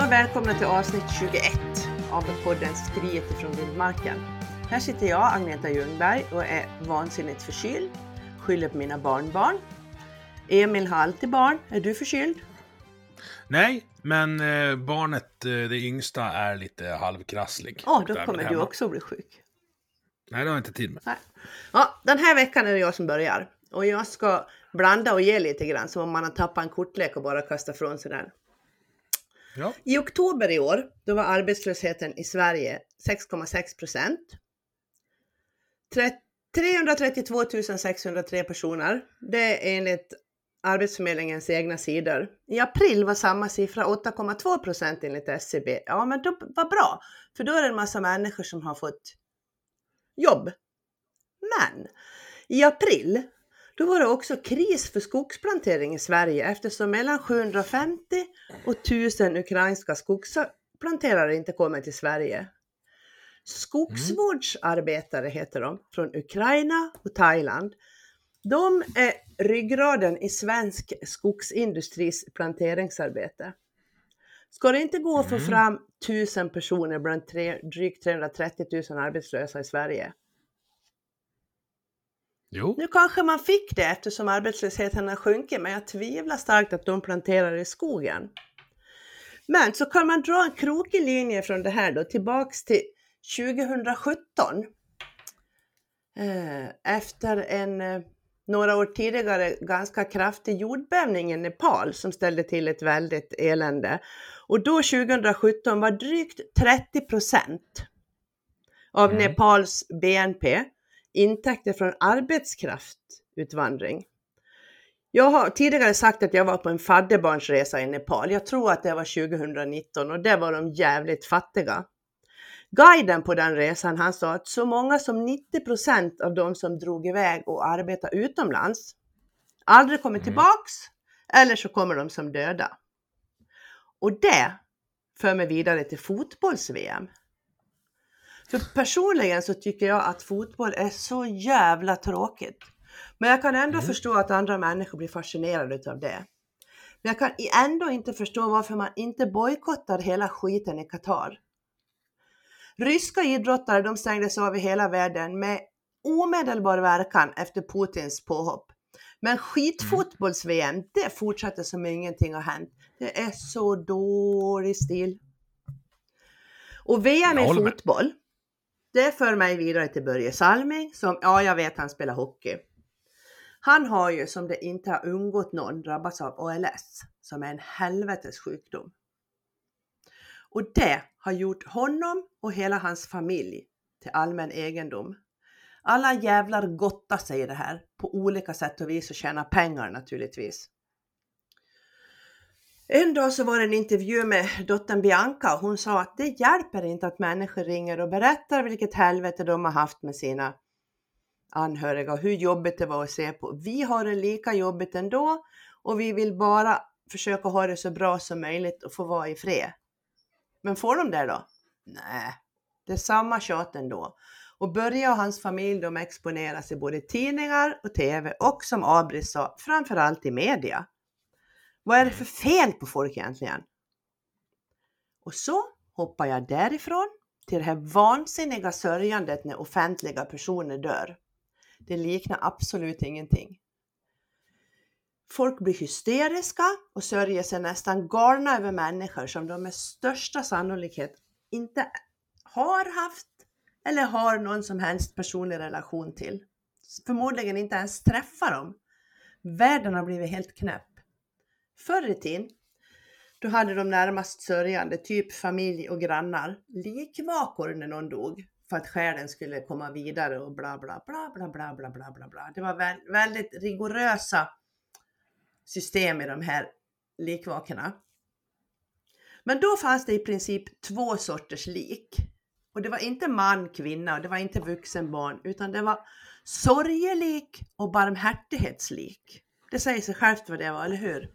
och välkomna till avsnitt 21 av podden Skriet ifrån vildmarken. Här sitter jag, Agneta Ljungberg, och är vansinnigt förkyld. Skyller på mina barnbarn. Emil har alltid barn. Är du förkyld? Nej, men barnet, det yngsta, är lite halvkrasslig. Då kommer du också bli sjuk. Nej, det har jag inte tid med. Nej. Ja, den här veckan är det jag som börjar. Och jag ska blanda och ge lite grann. Som om man har tappat en kortlek och bara kastar från sig den. Ja. I oktober i år, då var arbetslösheten i Sverige 6,6%. 332 603 personer. Det är enligt Arbetsförmedlingens egna sidor. I april var samma siffra 8,2% enligt SCB. Ja, men då var bra. För då är det en massa människor som har fått jobb. Men i april, då var det också kris för skogsplantering i Sverige. Eftersom mellan 750 och 1000 ukrainska skogsplanterare inte kommer till Sverige. Skogsvårdsarbetare heter de, från Ukraina och Thailand. De är ryggraden i svensk skogsindustris planteringsarbete. Ska det inte gå att få fram 1000 personer bland drygt 330 000 arbetslösa i Sverige? Jo. Nu kanske man fick det eftersom arbetslösheten har sjunkit, men jag tvivlar starkt att de planterar i skogen. Men så kan man dra en krokig linje från det här då tillbaks till 2017. Efter en några år tidigare ganska kraftig jordbävning i Nepal som ställde till ett väldigt elände. Och då 2017 var drygt 30% av Nepals BNP intäkter från arbetskraftutvandring. Jag har tidigare sagt att jag var på en fadderbarnsresa i Nepal. Jag tror att det var 2019 och det var de jävligt fattiga. Guiden på den resan, han sa att så många som 90% av de som drog iväg och arbetade utomlands aldrig kommer tillbaks, eller så kommer de som döda. Och det för mig vidare till fotbolls-VM. För personligen så tycker jag att fotboll är så jävla tråkigt. Men jag kan ändå förstå att andra människor blir fascinerade av det. Men jag kan ändå inte förstå varför man inte bojkottar hela skiten i Qatar. Ryska idrottare, de stängdes av i hela världen med omedelbar verkan efter Putins påhopp. Men skitfotbolls-VM, det fortsätter som ingenting har hänt. Det är så dålig stil. Och VM i fotboll, det för mig vidare till Börje Salming som, ja jag vet han spelar hockey. Han har ju, som det inte har undgått någon, drabbats av ALS som är en helvetes sjukdom. Och det har gjort honom och hela hans familj till allmän egendom. Alla jävlar gottar sig i det här på olika sätt och vis och tjänar pengar naturligtvis. En dag så var det en intervju med dottern Bianca och hon sa att det hjälper inte att människor ringer och berättar vilket helvete de har haft med sina anhöriga och hur jobbigt det var att se på. Vi har det lika jobbigt ändå och vi vill bara försöka ha det så bra som möjligt och få vara i fred. Men får de det då? Nej, det är samma tjat ändå. Och Börje och hans familj, de exponeras i både tidningar och tv och som Abris sa, framförallt i media. Vad är det för fel på folk egentligen? Och så hoppar jag därifrån till det här vansinniga sörjandet när offentliga personer dör. Det liknar absolut ingenting. Folk blir hysteriska och sörjer sig nästan galna över människor som de med största sannolikhet inte har haft eller har någon som helst personlig relation till. Förmodligen inte ens träffar dem. Världen har blivit helt knäpp. Förr i tiden, då hade de närmast sörjande, typ familj och grannar, likvakor när någon dog. För att själen skulle komma vidare och bla bla bla bla bla bla bla bla bla. Det var väldigt rigorösa system i de här likvakorna. Men då fanns det i princip 2 sorters lik. Och det var inte man, kvinna och det var inte vuxen barn. Utan det var sorgelik och barmhärtighetslik. Det säger sig självt vad det var, eller hur?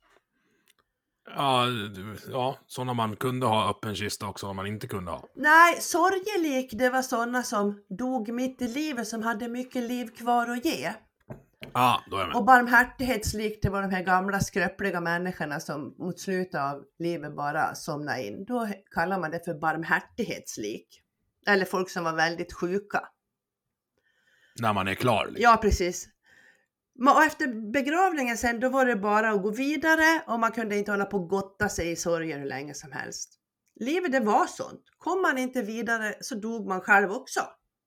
Ja, sådana man kunde ha öppen kista också, som man inte kunde ha. Nej, sorgelik, det var sådana som dog mitt i livet, som hade mycket liv kvar att ge. Ja, då är jag med. Och barmhärtighetslik, det var de här gamla skröpliga människorna som mot slutet av livet bara somnade in. Då kallar man det för barmhärtighetslik. Eller folk som var väldigt sjuka. När man är klar. Liksom. Ja, precis. Och efter begravningen sen, då var det bara att gå vidare och man kunde inte hålla på och gotta sig i sorgen hur länge som helst. Livet det var sånt. Kom man inte vidare så dog man själv också.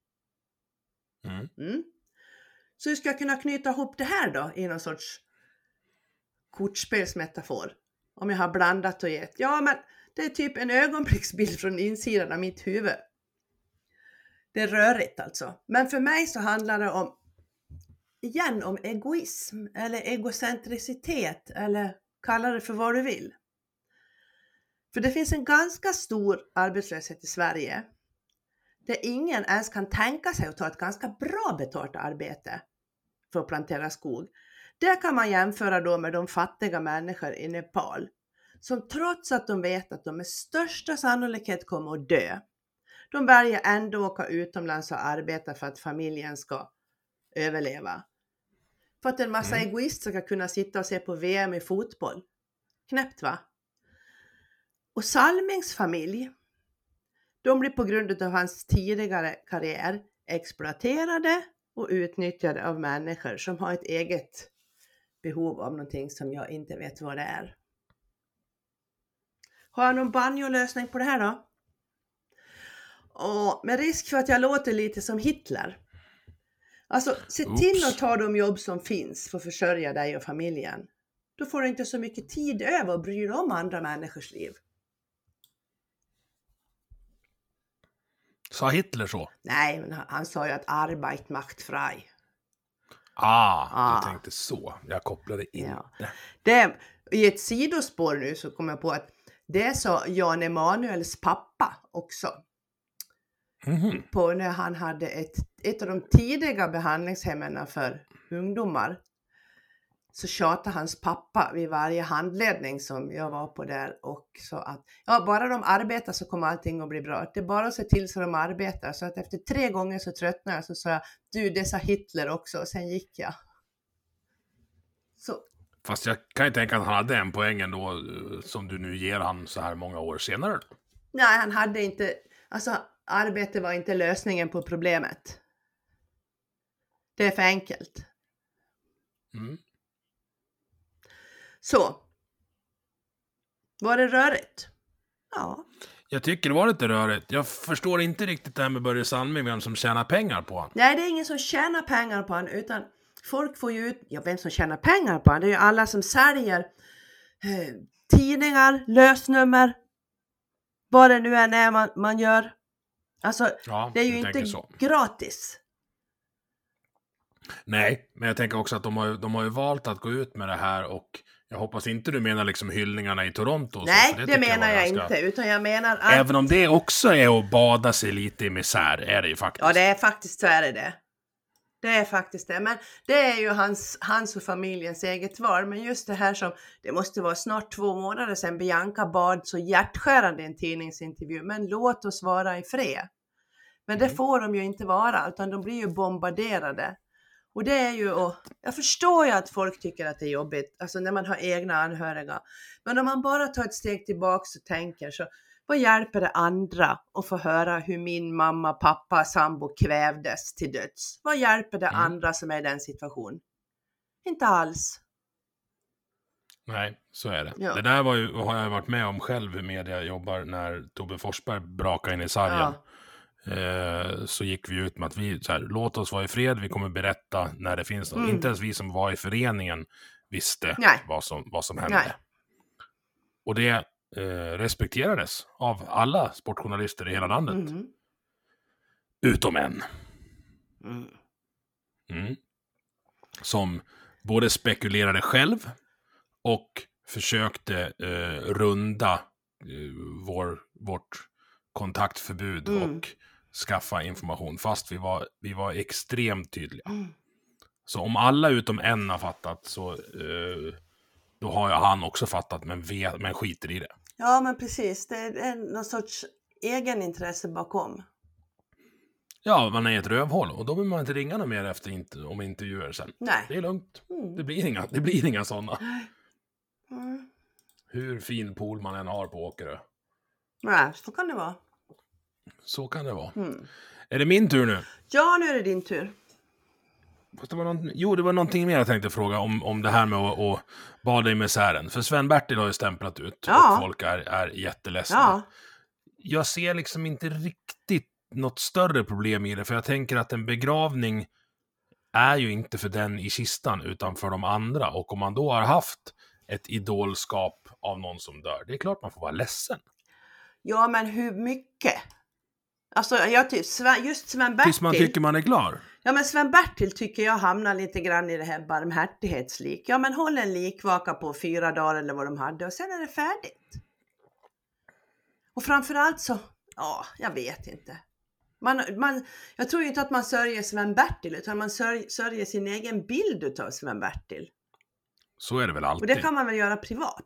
Så hur ska jag kunna knyta ihop det här då i någon sorts kortspelsmetafor? Om jag har blandat och gett. Ja, men det är typ en ögonblicksbild från insidan av mitt huvud. Det är rörigt alltså. Men för mig så handlar det om egoism eller egocentricitet eller kalla det för vad du vill. För det finns en ganska stor arbetslöshet i Sverige där ingen ens kan tänka sig att ta ett ganska bra betalt arbete för att plantera skog. Det kan man jämföra då med de fattiga människor i Nepal som trots att de vet att de med största sannolikhet kommer att dö, de väljer ändå att åka utomlands och arbeta för att familjen ska överleva. För att en massa egoister ska kunna sitta och se på VM i fotboll. Knäppt va? Och Salmings familj, de blir på grund av hans tidigare karriär exploaterade och utnyttjade av människor som har ett eget behov av någonting som jag inte vet vad det är. Har jag någon banjo-lösning på det här då? Och med risk för att jag låter lite som Hitler. Alltså, se till att ta de jobb som finns för att försörja dig och familjen. Då får du inte så mycket tid över att bry dig om andra människors liv. Sa Hitler så? Nej, men han sa ju att Arbeit macht frei. Du tänkte så. Jag kopplade in. Ja. Det, i ett sidospår nu så kom jag på att det sa Jan Emanuels pappa också. På när han hade ett av de tidiga behandlingshemmen för ungdomar. Så tjatade hans pappa vid varje handledning som jag var på där och så att bara de arbetar så kommer allting att bli bra. Det är bara att se till så de arbetar. Så att efter 3 gånger så tröttnade jag så sa jag, det sa Hitler också och sen gick jag. Så. Fast jag kan ju tänka att han hade en poäng då som du nu ger han så här många år senare. Nej, han hade inte, alltså arbete var inte lösningen på problemet. Det är för enkelt. Så. Var det rörigt? Ja. Jag tycker det var lite rörigt. Jag förstår inte riktigt det här med Börje Salming, vem som tjänar pengar på han. Nej, det är ingen som tjänar pengar på han, utan folk får ju ut, vem som tjänar pengar på han? Det är ju alla som säljer tidningar, lösnummer, vad det nu än är man gör. Alltså, det är ju inte gratis. Nej, men jag tänker också att de har ju valt att gå ut med det här och jag hoppas inte du menar liksom hyllningarna i Toronto. Nej, det menar jag inte, utan jag menar att... Även om det också är att bada sig lite i misär, är det ju faktiskt. Ja, det är faktiskt så är det. Det är faktiskt det, men det är ju hans och familjens eget val. Men just det här som, det måste vara snart 2 månader sedan Bianca bad så hjärtskärande i en tidningsintervju. Men låt oss vara i fred. Men det får de ju inte vara, utan de blir ju bombarderade. Och det är ju, och jag förstår ju att folk tycker att det är jobbigt, alltså när man har egna anhöriga. Men om man bara tar ett steg tillbaka och tänker så, vad hjälper det andra att få höra hur min mamma, pappa, sambo kvävdes till döds? Vad hjälper det andra som är i den situationen? Inte alls. Nej, så är det. Ja. Det där har jag varit med om själv hur media jobbar när Tobbe Forsberg brakade in i sargen. Ja. Så gick vi ut med att vi så här, låt oss vara i fred, vi kommer berätta när det finns något. Inte ens vi som var i föreningen visste vad som hände. Nej. Och det respekterades av alla sportjournalister i hela landet. Utom en. Som både spekulerade själv och försökte runda vårt kontaktförbud och skaffa information, fast vi var extremt tydliga. Så om alla utom en har fattat så då har han också fattat, men skiter i det. Ja, men precis. Det är någon sorts egenintresse bakom. Ja, man är i ett rövhål och då vill man inte ringa någon mer efter om intervjuer sen. Nej. Det är lugnt. Det blir inga sådana. Mm. Hur fin pool man än har på Åkerö. Nej, så kan det vara. Så kan det vara. Mm. Är det min tur nu? Ja, nu är det din tur. Det var någonting mer jag tänkte fråga om det här med att bada i misären. För Sven-Bertil har ju stämplat ut och folk är jätteledsna. Ja. Jag ser liksom inte riktigt något större problem i det. För jag tänker att en begravning är ju inte för den i kistan utan för de andra. Och om man då har haft ett idolskap av någon som dör, det är klart man får vara ledsen. Ja, men hur mycket? Alltså, just Sven-Bertil... Tills man tycker man är klar. Ja, men Sven-Bertil tycker jag hamnar lite grann i det här barmhärtighetslik. Ja, men håll en likvaka på 4 dagar eller vad de hade och sen är det färdigt. Och framförallt så, ja, jag vet inte. Jag tror ju inte att man sörjer Sven-Bertil utan man sörjer sin egen bild av Sven-Bertil. Så är det väl alltid. Och det kan man väl göra privat.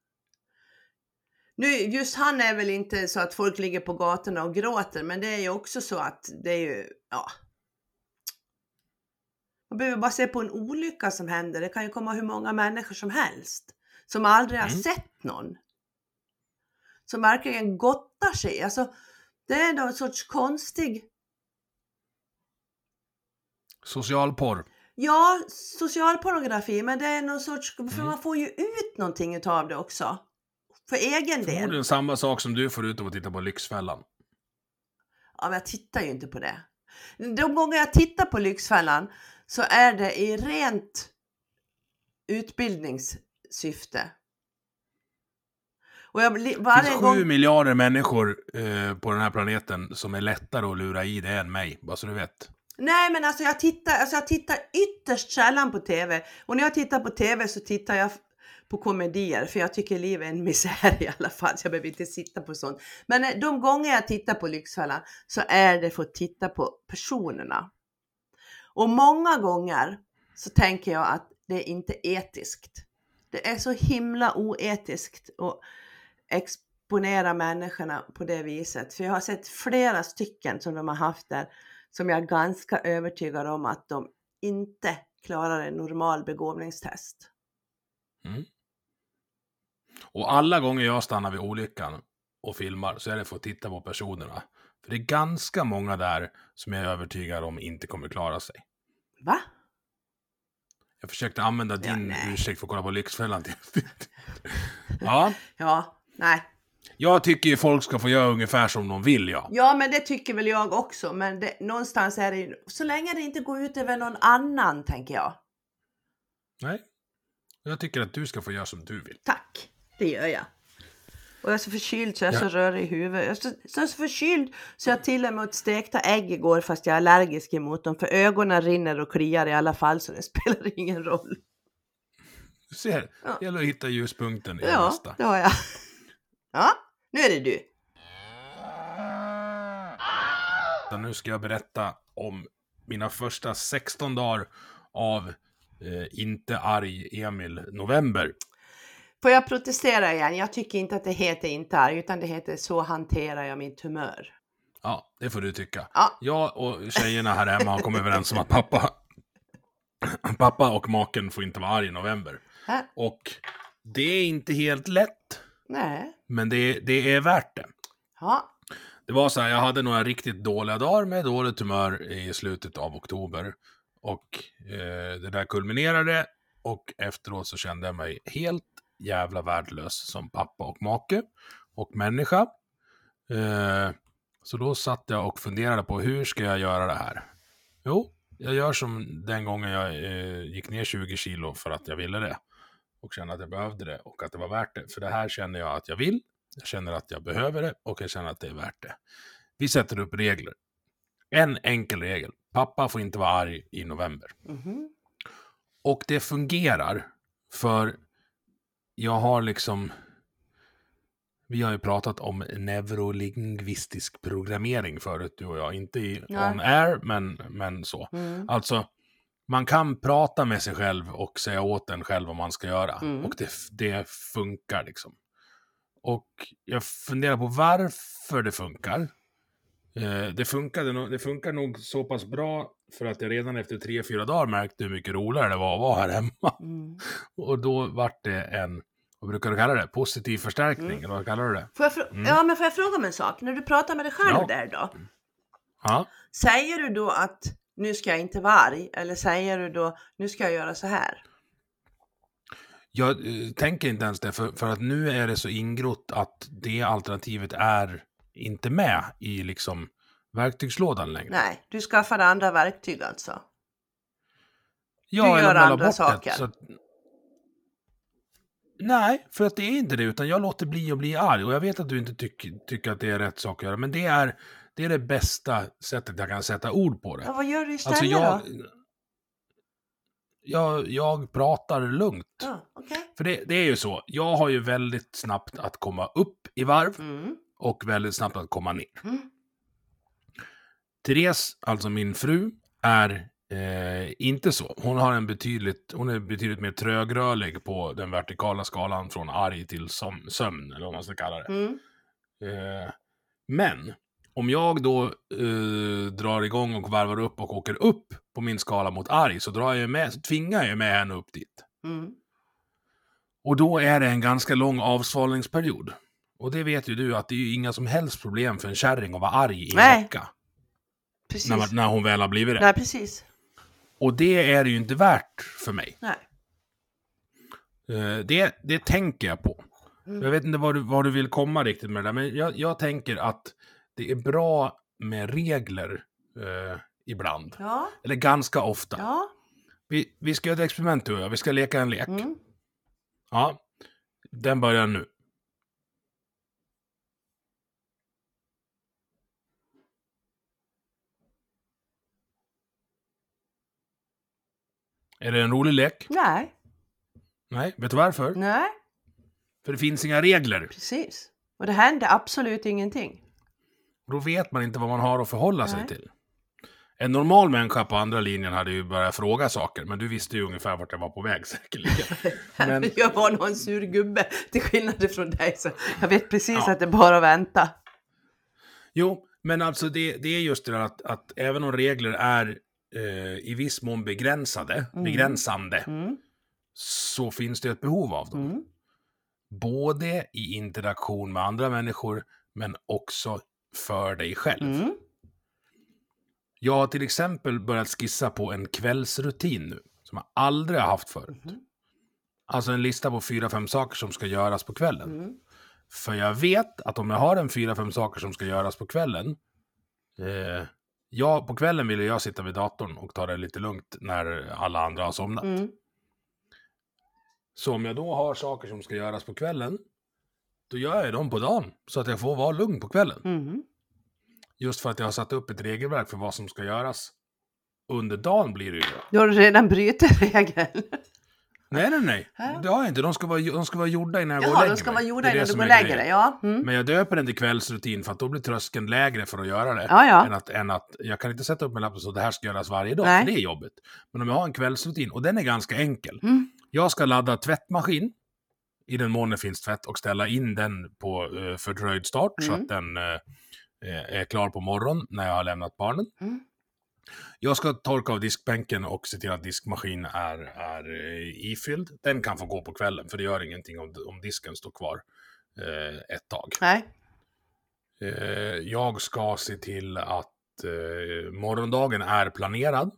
Nu, just han är väl inte så att folk ligger på gatorna och gråter, men det är ju också så att det är ju, ja. Man behöver bara se på en olycka som händer. Det kan ju komma hur många människor som helst som aldrig har sett någon. Som verkligen gottar sig. Alltså, det är någon sorts konstig... Socialporr. Ja, socialpornografi, men det är någon sorts... För man får ju ut någonting utav det också. För egen del. Det är samma sak som du får ut av att titta på Lyxfällan. Ja, men jag tittar ju inte på det. De gånger jag tittar på Lyxfällan så är det i rent utbildningssyfte. Och det finns 7 miljarder människor på den här planeten som är lättare att lura i det än mig, bara så du vet. Nej, men alltså jag tittar ytterst sällan på tv. Och när jag tittar på tv så tittar jag på komedier. För jag tycker livet är en misär i alla fall. Så jag behöver inte sitta på sånt. Men de gånger jag tittar på Lyxfällan så är det för att titta på personerna. Och många gånger så tänker jag att det är inte etiskt. Det är så himla oetiskt att exponera människorna på det viset. För jag har sett flera stycken som de har haft där. Som jag är ganska övertygad om att de inte klarar en normal begåvningstest. Mm. Och alla gånger jag stannar vid olyckan och filmar så är det för att titta på personerna. För det är ganska många där som jag är övertygad om inte kommer klara sig. Va? Jag försökte använda din ursäkt för att kolla på Lyxfällan. Ja. Ja, nej. Jag tycker ju folk ska få göra ungefär som de vill, ja. Ja, men det tycker väl jag också. Men någonstans är det ju... Så länge det inte går ut över någon annan, tänker jag. Nej. Jag tycker att du ska få göra som du vill. Tack, det gör jag. Och jag är så förkyld så jag är så rörig i huvudet. Jag är så förkyld så jag till och med åt stekta ägg igår fast jag är allergisk emot dem. För ögonen rinner och kliar i alla fall så det spelar ingen roll. Du ser, det gäller att hitta ljuspunkten i det mesta. Ja, det har jag. Ja, nu är det du. Nu ska jag berätta om mina första 16 dagar av inte arg Emil November. Får jag protestera igen? Jag tycker inte att det heter inte arg utan det heter så hanterar jag mitt humör. Ja, det får du tycka. Ja. Jag och tjejerna här hemma har kommit överens om att pappa och maken får inte vara arg i november. Och det är inte helt lätt. Nej. Men det är värt det. Ja. Det var så här, jag hade några riktigt dåliga dagar med dåligt humör i slutet av oktober. Och det där kulminerade. Och efteråt så kände jag mig helt jävla värdelös som pappa och make och människa. Så då satt jag och funderade på hur ska jag göra det här? Jo, jag gör som den gången jag gick ner 20 kilo för att jag ville det. Och kände att jag behövde det och att det var värt det. För det här känner jag att jag vill. Jag känner att jag behöver det och jag känner att det är värt det. Vi sätter upp regler. En enkel regel. Pappa får inte vara arg i november. Mm-hmm. Och det fungerar. För jag har liksom... Vi har ju pratat om neurolingvistisk programmering förut, du och jag. Inte on air, men så. Mm. Alltså, man kan prata med sig själv och säga åt den själv vad man ska göra. Mm. Och det funkar liksom. Och jag funderar på varför det funkar. Det funkar nog så pass bra för att jag redan efter 3-4 dagar märkte hur mycket roligare det var att vara här hemma. Och då vart det vad brukar du kalla det? Positiv förstärkning, eller vad kallar du det? Får jag fråga om en sak? När du pratar med dig själv där då? Ja. Säger du då att nu ska jag inte vara arg? Eller säger du då nu ska jag göra så här? Jag tänker inte ens det, för att nu är det så ingrott att det alternativet är inte med i liksom verktygslådan längre. Nej, du skaffar andra verktyg alltså. Ja, du gör andra saker. Så att... Nej, för att det är inte det, utan jag låter bli att bli arg. Och jag vet att du inte tycker att det är rätt sak att göra, men det är det bästa sättet jag kan sätta ord på det. Ja, vad gör du istället då? Jag pratar lugnt. Okay. För det är ju så, jag har ju väldigt snabbt att komma upp i varv och väldigt snabbt att komma ner. Therese, alltså min fru, är inte så. Hon är betydligt mer trögrörlig på den vertikala skalan från arg till sömn, eller vad man ska kalla det. Men om jag då drar igång och varvar upp och åker upp på min skala mot arg, så tvingar jag med henne upp dit. Och då är det en ganska lång avsvalningsperiod. Och det vet ju du att det är ju inga som helst problem för en kärring att vara arg i en vecka. Precis. När hon väl har blivit det. Nej, precis. Och det är det ju inte värt för mig. Nej. Det tänker jag på. Jag vet inte vad du vill komma riktigt med det där, men jag tänker att det är bra med regler ibland. Ja. Eller ganska ofta. Ja. Vi ska göra ett experiment, du och jag. Vi ska leka en lek. Ja, den börjar nu. Är det en rolig lek? Nej. Nej, vet du varför? Nej. För det finns inga regler. Precis. Och det händer absolut ingenting. Då vet man inte vad man har att förhålla sig till. En normal människa på andra linjen hade ju börjat fråga saker, men du visste ju ungefär vart jag var på väg säkerligen. Men... Jag var nog en sur gubbe till skillnad från dig, så jag vet precis att det är bara att vänta. Jo, men alltså det är just det där att även om regler är i viss mån begränsande, så finns det ett behov av dem. Både i interaktion med andra människor, men också för dig själv. Jag har till exempel börjat skissa på en kvällsrutin nu, som jag aldrig har haft förut. Alltså en lista på 4-5 saker som ska göras på kvällen. För jag vet att om jag har en 4-5 saker som ska göras på kvällen, på kvällen vill jag sitta vid datorn och ta det lite lugnt när alla andra har somnat. Så om jag då har saker som ska göras på kvällen, då gör jag dem på dagen, så att jag får vara lugn på kvällen. Just för att jag har satt upp ett regelverk för vad som ska göras. Under dagen blir det ju. Du har redan brutit regeln. Nej. Det har jag inte. De ska vara gjorda innan jag går och lägger mig. De ska vara gjorda innan du går och lägger dig, ja. Men jag döper den till kvällsrutin för att då blir tröskeln lägre för att göra det. Än att jag kan inte sätta upp en lapp så det här ska göras varje dag. För det är jobbigt. Men om jag har en kvällsrutin, och den är ganska enkel. Jag ska ladda tvättmaskin i den mån det finns tvätt och ställa in den på fördröjd start så att den är klar på morgon när jag har lämnat barnen. Jag ska torka av diskbänken och se till att diskmaskin är ifylld. Den kan få gå på kvällen, för det gör ingenting om disken står kvar ett tag. Nej. Jag ska se till att morgondagen är planerad.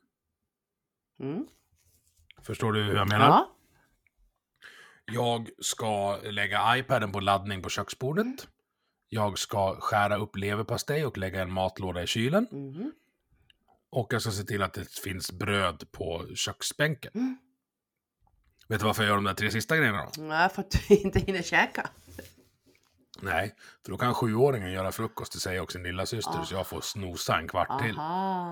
Förstår du hur jag menar? Ja. Jag ska lägga iPaden på laddning på köksbordet. Jag ska skära upp leverpastej och lägga en matlåda i kylen. Och jag ska se till att det finns bröd på köksbänken. Vet du varför jag gör de där 3 sista grejerna då? Nej, för att du inte hinner käka. Nej, för då kan 7-åringen göra frukost till sig och sin lilla syster så jag får snosa en kvart till.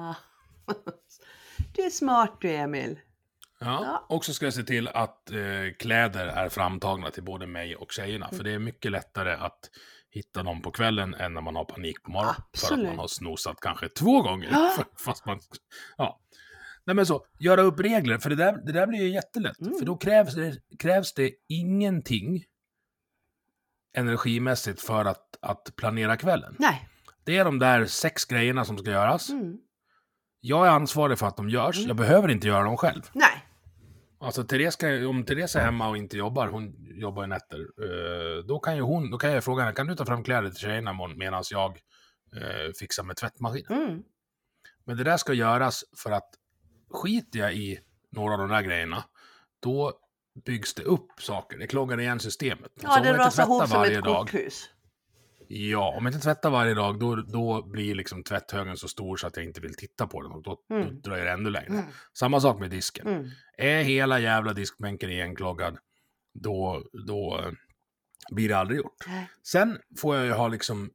Det är smart du, Emil. Ja, och så ska jag se till att kläder är framtagna till både mig och tjejerna. För det är mycket lättare att hitta dem på kvällen än när man har panik på morgonen. För att man har snosat kanske 2 gånger. Fast man, Nej men så, göra upp regler. För det där blir ju jättelätt. För då krävs det ingenting energimässigt för att planera kvällen. Nej. Det är de där 6 grejerna som ska göras. Mm. Jag är ansvarig för att de görs. Jag behöver inte göra dem själv. Nej. Alltså om Therese är hemma och inte jobbar, hon jobbar i nätter, då kan jag fråga henne, kan du ta fram kläder till tjejerna medan jag fixar med tvättmaskinen? Mm. Men det där ska göras för att skiter jag i några av de där grejerna, då byggs det upp saker. Det kloggar igen systemet. Ja, alltså, det rasar ihop som ett korthus. Ja, om jag inte tvättar varje dag, då blir liksom tvätthögen så stor så att jag inte vill titta på den. Och då dröjer det ännu längre. Samma sak med disken. Är hela jävla diskbänken igenkloggad, då blir det aldrig gjort. Sen får jag ju ha liksom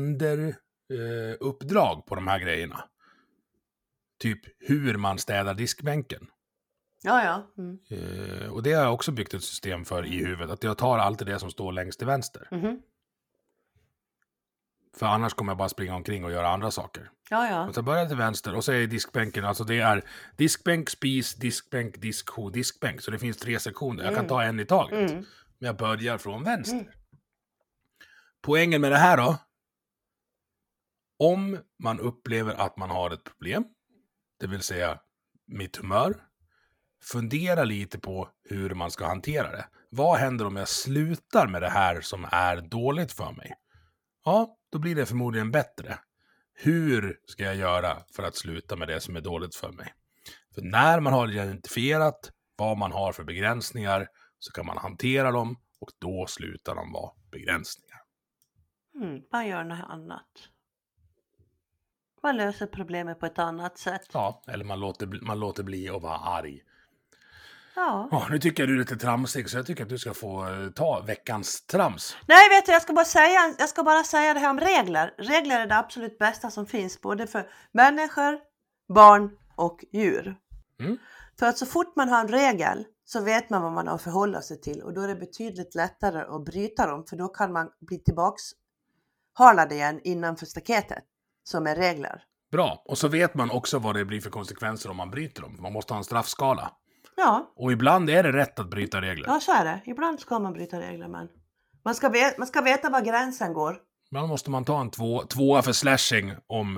uppdrag på de här grejerna. Typ hur man städar diskbänken. Ja. Och det har jag också byggt ett system för i huvudet. Att jag tar alltid det som står längst till vänster. För annars kommer jag bara springa omkring och göra andra saker. Ja. Och så börjar jag till vänster och så är diskbänken, alltså det är diskbänk, spis, diskbänk, diskho, diskbänk. Så det finns 3 sektioner. Jag kan ta en i taget. Men jag börjar från vänster. Poängen med det här då. Om man upplever att man har ett problem, det vill säga mitt humör, fundera lite på hur man ska hantera det. Vad händer om jag slutar med det här som är dåligt för mig? Ja, då blir det förmodligen bättre. Hur ska jag göra för att sluta med det som är dåligt för mig? För när man har identifierat vad man har för begränsningar så kan man hantera dem och då slutar de vara begränsningar. Man gör något annat. Man löser problemet på ett annat sätt. Ja, eller man låter bli att vara arg. Ja. Nu tycker jag du är lite tramsig, så jag tycker att du ska få ta veckans trams. Nej, vet du, jag ska bara säga det här om regler. Regler är det absolut bästa som finns, både för människor, barn och djur. För att så fort man har en regel så vet man vad man har att förhålla sig till. Och då är det betydligt lättare att bryta dem, för då kan man bli tillbaks halad igen innanför staketet, som är regler. Bra, och så vet man också vad det blir för konsekvenser om man bryter dem. Man måste ha en straffskala. Ja. Och ibland är det rätt att bryta regler. Ja, så är det. Ibland ska man bryta regler, men man ska veta var gränsen går. Ibland måste man ta en tvåa för slashing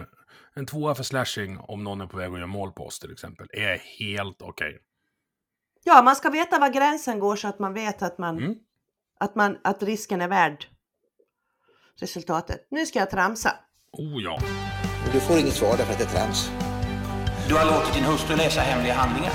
om någon är på väg att göra mål på oss till exempel. Är helt okej. Ja, man ska veta var gränsen går så att man vet att risken är värd resultatet. Nu ska jag tramsa. Oh ja. Du får inget svar därför att det är trams. Du har låtit din hustru läsa hemliga handlingar.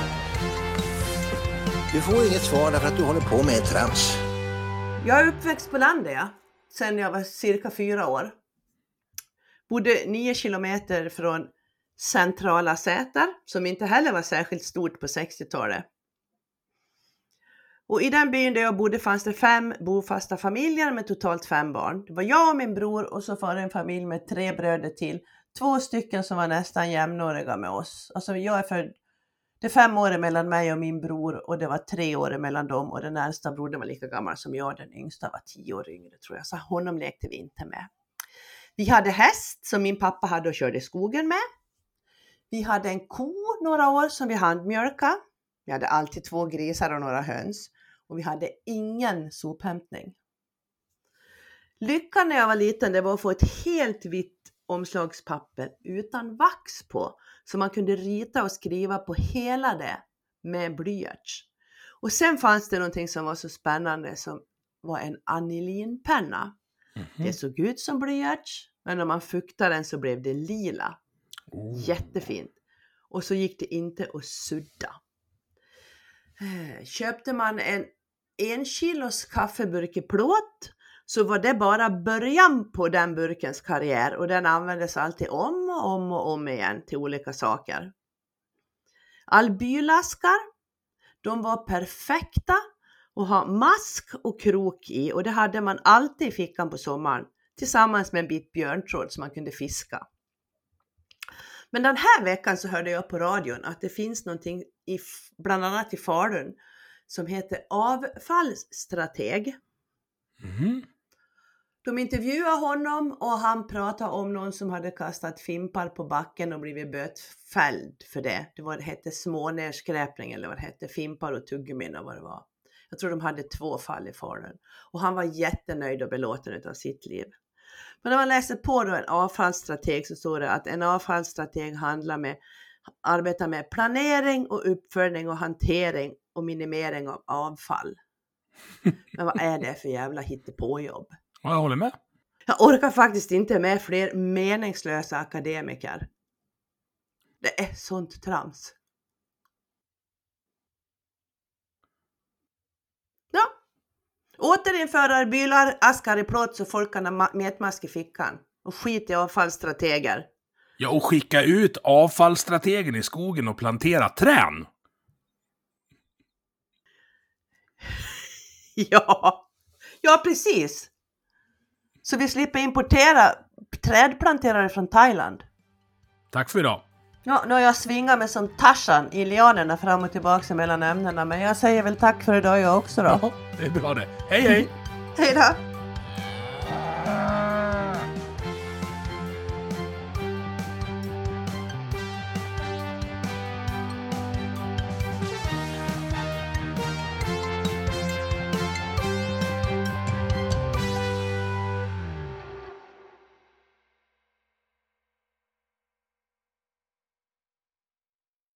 Du får inget svar därför att du håller på med trams. Jag är uppväxt på landet, sen jag var cirka 4 år. Bodde 9 kilometer från centrala Säter, som inte heller var särskilt stort på 60-talet. Och i den byn där jag bodde fanns det 5 bofasta familjer med totalt 5 barn. Det var jag och min bror, och så var det en familj med 3 bröder till. 2 stycken som var nästan jämnåriga med oss. Alltså det är 5 år mellan mig och min bror, och det var 3 år mellan dem, och den äldsta brodern var lika gammal som jag, den yngsta var 10 år yngre tror jag, så honom lekte vi inte med. Vi hade häst som min pappa hade och körde i skogen med. Vi hade en ko några år som vi handmjölkade. Vi hade alltid 2 grisar och några höns, och vi hade ingen sophämtning. Lyckan när jag var liten, det var att få ett helt vitt omslagspapper utan vax på, så man kunde rita och skriva på hela det med blyerts. Och sen fanns det någonting som var så spännande, som var en anilinpenna. Det såg ut som blyerts, men när man fuktade den så blev det lila. Jättefint. Och så gick det inte att sudda. Köpte man en 1 kilos kaffeburk i plåt, så var det bara början på den burkens karriär, och den användes alltid om igen till olika saker. Albylaskar, de var perfekta att ha mask och krok i, och det hade man alltid i fickan på sommaren tillsammans med en bit björntråd som man kunde fiska. Men den här veckan så hörde jag på radion att det finns någonting bland annat i Falun som heter avfallsstrateg. De intervjuade honom, och han pratade om någon som hade kastat fimpar på backen och blivit bötfälld för det. Det hette smånedskräpning, eller vad det hette, fimpar och tuggummin och vad det var. Jag tror de hade 2 fall i Falun. Och han var jättenöjd och belåten av sitt liv. Men när man läser på då en avfallsstrateg så står det att en avfallsstrateg arbetar med planering och uppföljning och hantering och minimering av avfall. Men vad är det för jävla hittepåjobb? Ja, jag håller med. Jag orkar faktiskt inte med fler meningslösa akademiker. Det är sånt trams. Ja. Återinföra bilar, askar i plåt så folk kan ha metmask i fickan. Och skit i avfallsstrateger. Ja, och skicka ut avfallsstrategen i skogen och plantera trän. Ja, precis. Så vi slipper importera trädplanterare från Thailand. Tack för idag. Ja, nu har jag svingat mig som Tarzan i lianerna fram och tillbaka mellan ämnena. Men jag säger väl tack för idag jag också då. Ja, det är bra det. Hej hej! Hej då!